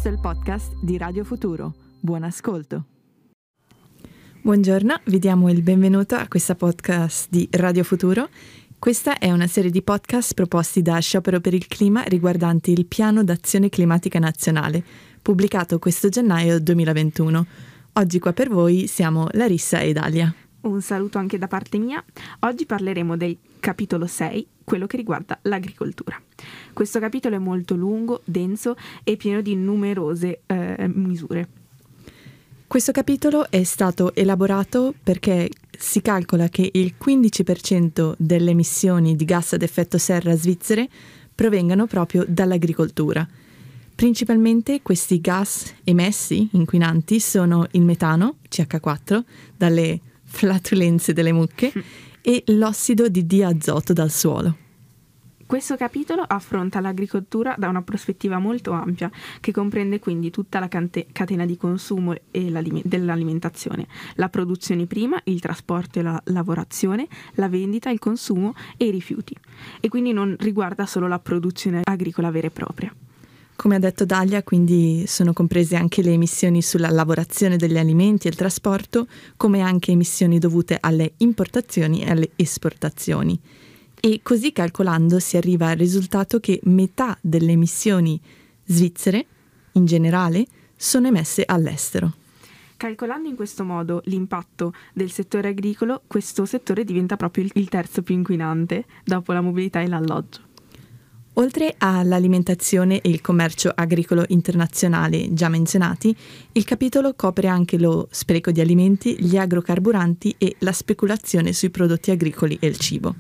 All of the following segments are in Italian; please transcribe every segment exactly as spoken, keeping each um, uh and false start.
Questo è il podcast di Radio Futuro. Buon ascolto. Buongiorno, vi diamo il benvenuto a questa podcast di Radio Futuro. Questa è una serie di podcast proposti da Sciopero per il Clima riguardanti il Piano d'Azione Climatica Nazionale, pubblicato questo gennaio duemilaventuno. Oggi qua per voi siamo Larissa e Dalia. Un saluto anche da parte mia. Oggi parleremo del capitolo sei, quello che riguarda l'agricoltura. Questo capitolo è molto lungo, denso e pieno di numerose eh, misure. Questo capitolo è stato elaborato perché si calcola che il quindici per cento delle emissioni di gas ad effetto serra svizzere provengano proprio dall'agricoltura. Principalmente questi gas emessi, inquinanti, sono il metano, C H quattro, dalle flatulenze delle mucche, e l'ossido di diazoto dal suolo. Questo capitolo affronta l'agricoltura da una prospettiva molto ampia, che comprende quindi tutta la cante- catena di consumo e dell'alimentazione, la produzione prima, il trasporto e la lavorazione, la vendita, il consumo e i rifiuti. E quindi non riguarda solo la produzione agricola vera e propria. Come ha detto Dalia, quindi sono comprese anche le emissioni sulla lavorazione degli alimenti e il trasporto, come anche emissioni dovute alle importazioni e alle esportazioni. E così calcolando si arriva al risultato che metà delle emissioni svizzere, in generale, sono emesse all'estero. Calcolando in questo modo l'impatto del settore agricolo, questo settore diventa proprio il terzo più inquinante, dopo la mobilità e l'alloggio. Oltre all'alimentazione e il commercio agricolo internazionale già menzionati, il capitolo copre anche lo spreco di alimenti, gli agrocarburanti e la speculazione sui prodotti agricoli e il cibo.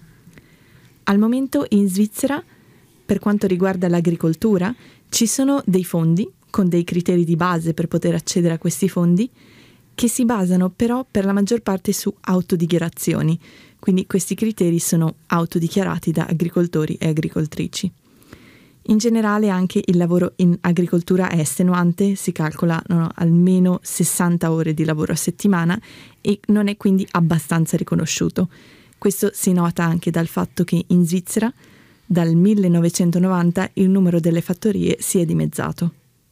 Al momento in Svizzera, per quanto riguarda l'agricoltura, ci sono dei fondi con dei criteri di base per poter accedere a questi fondi che si basano però per la maggior parte su autodichiarazioni, quindi questi criteri sono autodichiarati da agricoltori e agricoltrici. In generale anche il lavoro in agricoltura è estenuante, si calcolano almeno sessanta ore di lavoro a settimana e non è quindi abbastanza riconosciuto. Questo si nota anche dal fatto che in Svizzera dal millenovecentonovanta il numero delle fattorie si è dimezzato.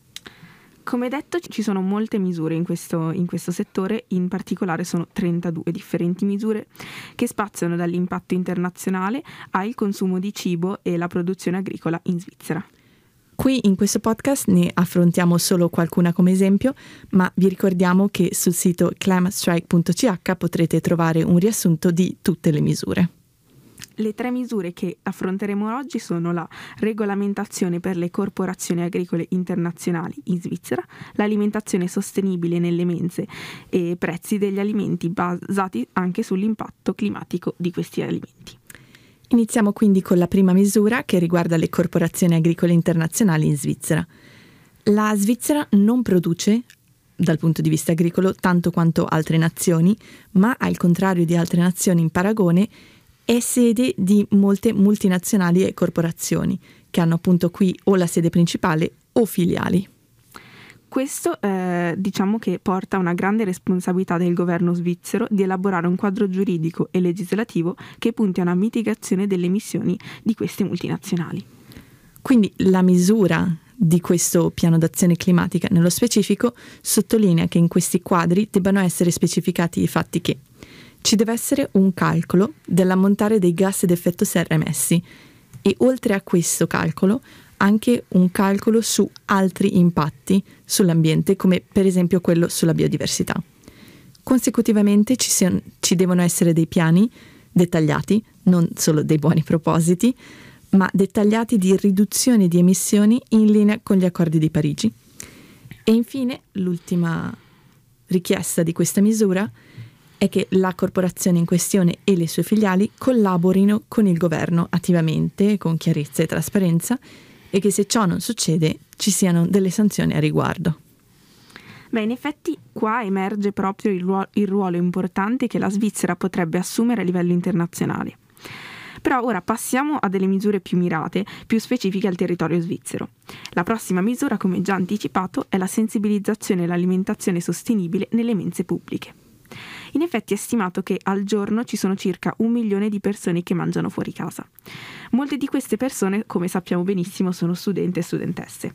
Come detto, ci sono molte misure in questo, in questo settore, in particolare sono trentadue differenti misure che spaziano dall'impatto internazionale al consumo di cibo e la produzione agricola in Svizzera. Qui in questo podcast ne affrontiamo solo qualcuna come esempio, ma vi ricordiamo che sul sito climatestrike punto c h potrete trovare un riassunto di tutte le misure. Le tre misure che affronteremo oggi sono la regolamentazione per le corporazioni agricole internazionali in Svizzera, l'alimentazione sostenibile nelle mense e prezzi degli alimenti basati anche sull'impatto climatico di questi alimenti. Iniziamo quindi con la prima misura che riguarda le corporazioni agricole internazionali in Svizzera. La Svizzera non produce, dal punto di vista agricolo, tanto quanto altre nazioni, ma al contrario di altre nazioni in paragone, è sede di molte multinazionali e corporazioni che hanno appunto qui o la sede principale o filiali. Questo eh, diciamo che porta a una grande responsabilità del governo svizzero di elaborare un quadro giuridico e legislativo che punti a una mitigazione delle emissioni di queste multinazionali. Quindi la misura di questo piano d'azione climatica nello specifico sottolinea che in questi quadri debbano essere specificati i fatti che ci deve essere un calcolo dell'ammontare dei gas ad effetto serra emessi e oltre a questo calcolo anche un calcolo su altri impatti sull'ambiente come per esempio quello sulla biodiversità. Consecutivamente ci, siano, ci devono essere dei piani dettagliati, non solo dei buoni propositi, ma dettagliati di riduzione di emissioni in linea con gli accordi di Parigi. E infine l'ultima richiesta di questa misura è che la corporazione in questione e le sue filiali collaborino con il governo attivamente, con chiarezza e trasparenza, e che se ciò non succede ci siano delle sanzioni a riguardo. Beh, in effetti qua emerge proprio il ruolo, il ruolo importante che la Svizzera potrebbe assumere a livello internazionale. Però ora passiamo a delle misure più mirate, più specifiche al territorio svizzero. La prossima misura, come già anticipato, è la sensibilizzazione e l'alimentazione sostenibile nelle mense pubbliche. In effetti è stimato che al giorno ci sono circa un milione di persone che mangiano fuori casa. Molte di queste persone, come sappiamo benissimo, sono studenti e studentesse.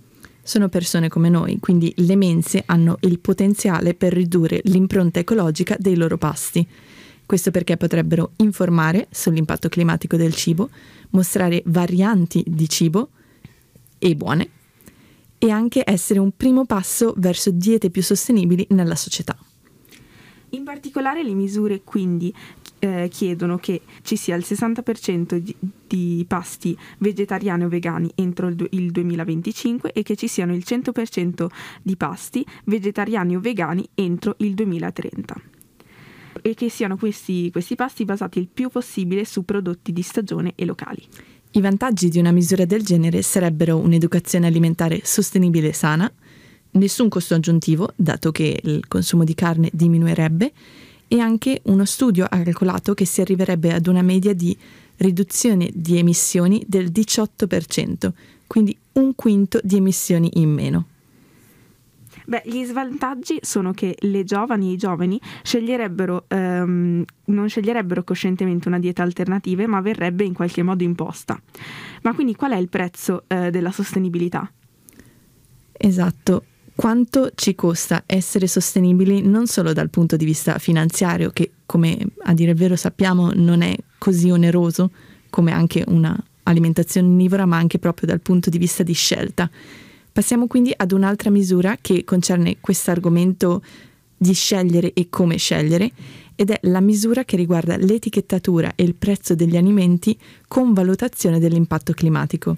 sono persone come noi, quindi le mense hanno il potenziale per ridurre l'impronta ecologica dei loro pasti. Questo perché potrebbero informare sull'impatto climatico del cibo, mostrare varianti di cibo e buone, e anche essere un primo passo verso diete più sostenibili nella società. In particolare le misure quindi eh, chiedono che ci sia il sessanta per cento di, di pasti vegetariani o vegani entro il, il duemilaventicinque e che ci siano il cento per cento di pasti vegetariani o vegani entro il duemilatrenta. E che siano questi, questi pasti basati il più possibile su prodotti di stagione e locali. I vantaggi di una misura del genere sarebbero un'educazione alimentare sostenibile e sana, nessun costo aggiuntivo, dato che il consumo di carne diminuirebbe, e anche uno studio ha calcolato che si arriverebbe ad una media di riduzione di emissioni del diciotto per cento, quindi un quinto di emissioni in meno. Beh, gli svantaggi sono che le giovani e i giovani sceglierebbero, ehm, non sceglierebbero coscientemente una dieta alternativa, ma verrebbe in qualche modo imposta. Ma quindi qual è il prezzo eh, della sostenibilità? Esatto. Quanto ci costa essere sostenibili non solo dal punto di vista finanziario, che come a dire il vero sappiamo non è così oneroso come anche una alimentazione onnivora, ma anche proprio dal punto di vista di scelta. Passiamo quindi ad un'altra misura che concerne questo argomento di scegliere e come scegliere, ed è la misura che riguarda l'etichettatura e il prezzo degli alimenti con valutazione dell'impatto climatico.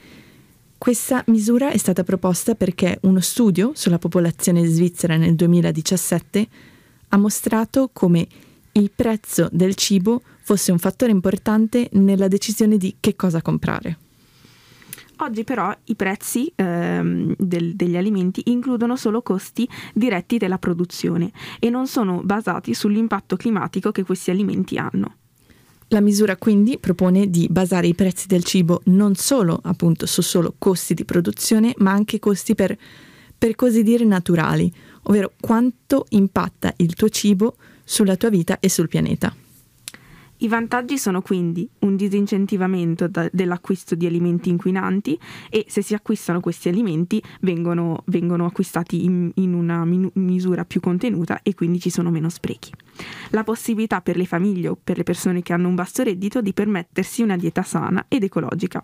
Questa misura è stata proposta perché uno studio sulla popolazione svizzera nel duemiladiciassette ha mostrato come il prezzo del cibo fosse un fattore importante nella decisione di che cosa comprare. Oggi però i prezzi ehm, del, degli alimenti includono solo costi diretti della produzione e non sono basati sull'impatto climatico che questi alimenti hanno. La misura quindi propone di basare i prezzi del cibo non solo appunto su solo costi di produzione, ma anche costi per, per così dire naturali, ovvero quanto impatta il tuo cibo sulla tua vita e sul pianeta. I vantaggi sono quindi un disincentivamento da, dell'acquisto di alimenti inquinanti e se si acquistano questi alimenti vengono, vengono acquistati in, in una min- misura più contenuta e quindi ci sono meno sprechi. La possibilità per le famiglie o per le persone che hanno un basso reddito di permettersi una dieta sana ed ecologica.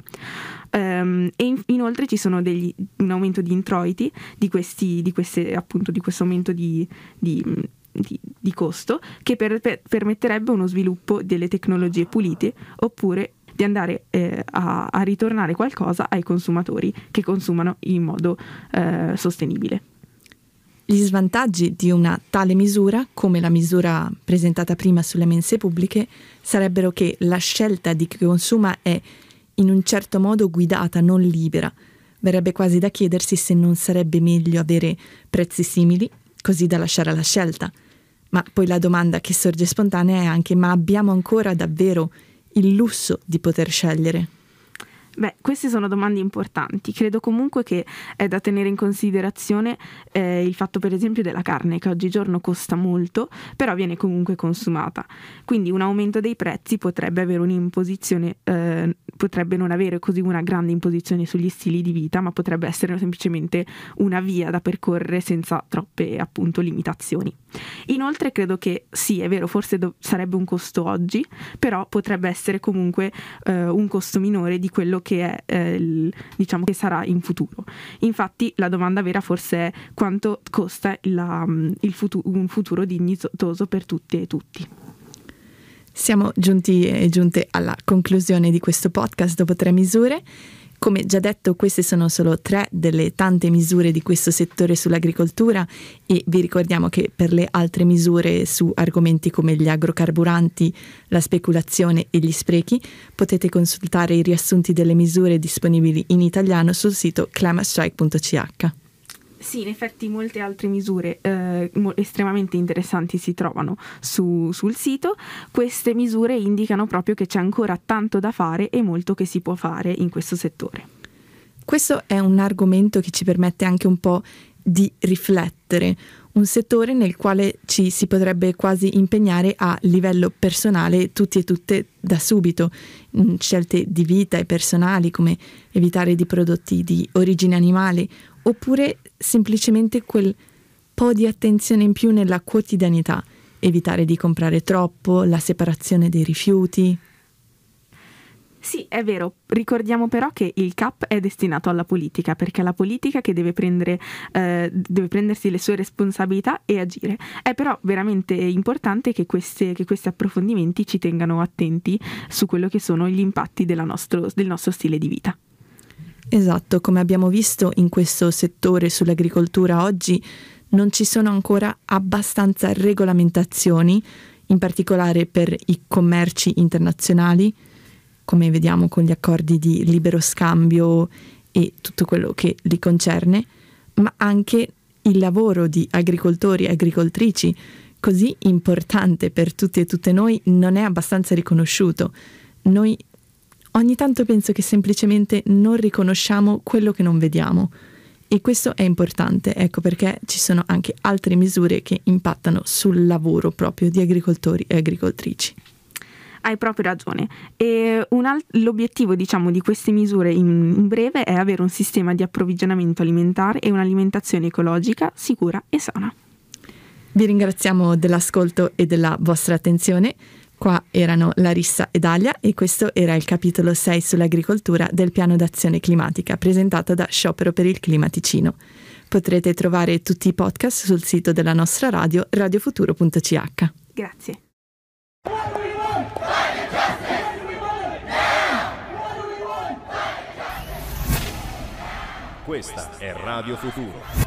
Um, e in, inoltre ci sono degli, un aumento di introiti di questi, di queste, appunto di questo aumento di, di Di, di costo che per, per, permetterebbe uno sviluppo delle tecnologie pulite oppure di andare eh, a, a ritornare qualcosa ai consumatori che consumano in modo eh, sostenibile. Gli svantaggi di una tale misura, come la misura presentata prima sulle mense pubbliche, sarebbero che la scelta di chi consuma è in un certo modo guidata, non libera. Verrebbe quasi da chiedersi se non sarebbe meglio avere prezzi simili, così da lasciare alla scelta. Ma poi la domanda che sorge spontanea è anche: ma abbiamo ancora davvero il lusso di poter scegliere? Beh, queste sono domande importanti. Credo comunque che è da tenere in considerazione eh, il fatto per esempio della carne, che oggigiorno costa molto, però viene comunque consumata. Quindi un aumento dei prezzi potrebbe avere un'imposizione, eh, potrebbe non avere così una grande imposizione sugli stili di vita, ma potrebbe essere semplicemente una via da percorrere senza troppe appunto limitazioni. Inoltre credo che sì, è vero, forse do- sarebbe un costo oggi, però potrebbe essere comunque eh, un costo minore di quello che è eh, il, diciamo che sarà in futuro. Infatti la domanda vera forse è quanto costa la, il futuro, un futuro dignitoso per tutte e tutti. Siamo giunti e giunte alla conclusione di questo podcast dopo tre misure. Come già detto, queste sono solo tre delle tante misure di questo settore sull'agricoltura e vi ricordiamo che per le altre misure su argomenti come gli agrocarburanti, la speculazione e gli sprechi potete consultare i riassunti delle misure disponibili in italiano sul sito climatestrike punto c h. Sì, in effetti molte altre misure eh, estremamente interessanti si trovano su, sul sito. Queste misure indicano proprio che c'è ancora tanto da fare e molto che si può fare in questo settore. Questo è un argomento che ci permette anche un po' di riflettere, un settore nel quale ci si potrebbe quasi impegnare a livello personale tutti e tutte da subito, in scelte di vita e personali come evitare di prodotti di origine animale oppure semplicemente quel po' di attenzione in più nella quotidianità, evitare di comprare troppo, la separazione dei rifiuti. Sì, è vero, ricordiamo però che il C A P è destinato alla politica, perché è la politica che deve prendere, eh, deve prendersi le sue responsabilità e agire. È però veramente importante che, queste, che questi approfondimenti ci tengano attenti su quello che sono gli impatti della nostro, del nostro stile di vita. Esatto, come abbiamo visto in questo settore sull'agricoltura oggi non ci sono ancora abbastanza regolamentazioni, in particolare per i commerci internazionali, come vediamo con gli accordi di libero scambio e tutto quello che li concerne, ma anche il lavoro di agricoltori e agricoltrici, così importante per tutti e tutte noi, non è abbastanza riconosciuto. Noi ogni tanto penso che semplicemente non riconosciamo quello che non vediamo, e questo è importante, ecco perché ci sono anche altre misure che impattano sul lavoro proprio di agricoltori e agricoltrici. Hai proprio ragione. E un al- l'obiettivo, diciamo, di queste misure in, in breve è avere un sistema di approvvigionamento alimentare e un'alimentazione ecologica, sicura e sana. Vi ringraziamo dell'ascolto e della vostra attenzione. Qua erano Larissa e Dalia e questo era il capitolo sei sull'agricoltura del piano d'azione climatica presentato da Sciopero per il Clima Ticino. Potrete trovare tutti i podcast sul sito della nostra radio radiofuturo punto c h. Grazie. Questa è Radio Futuro.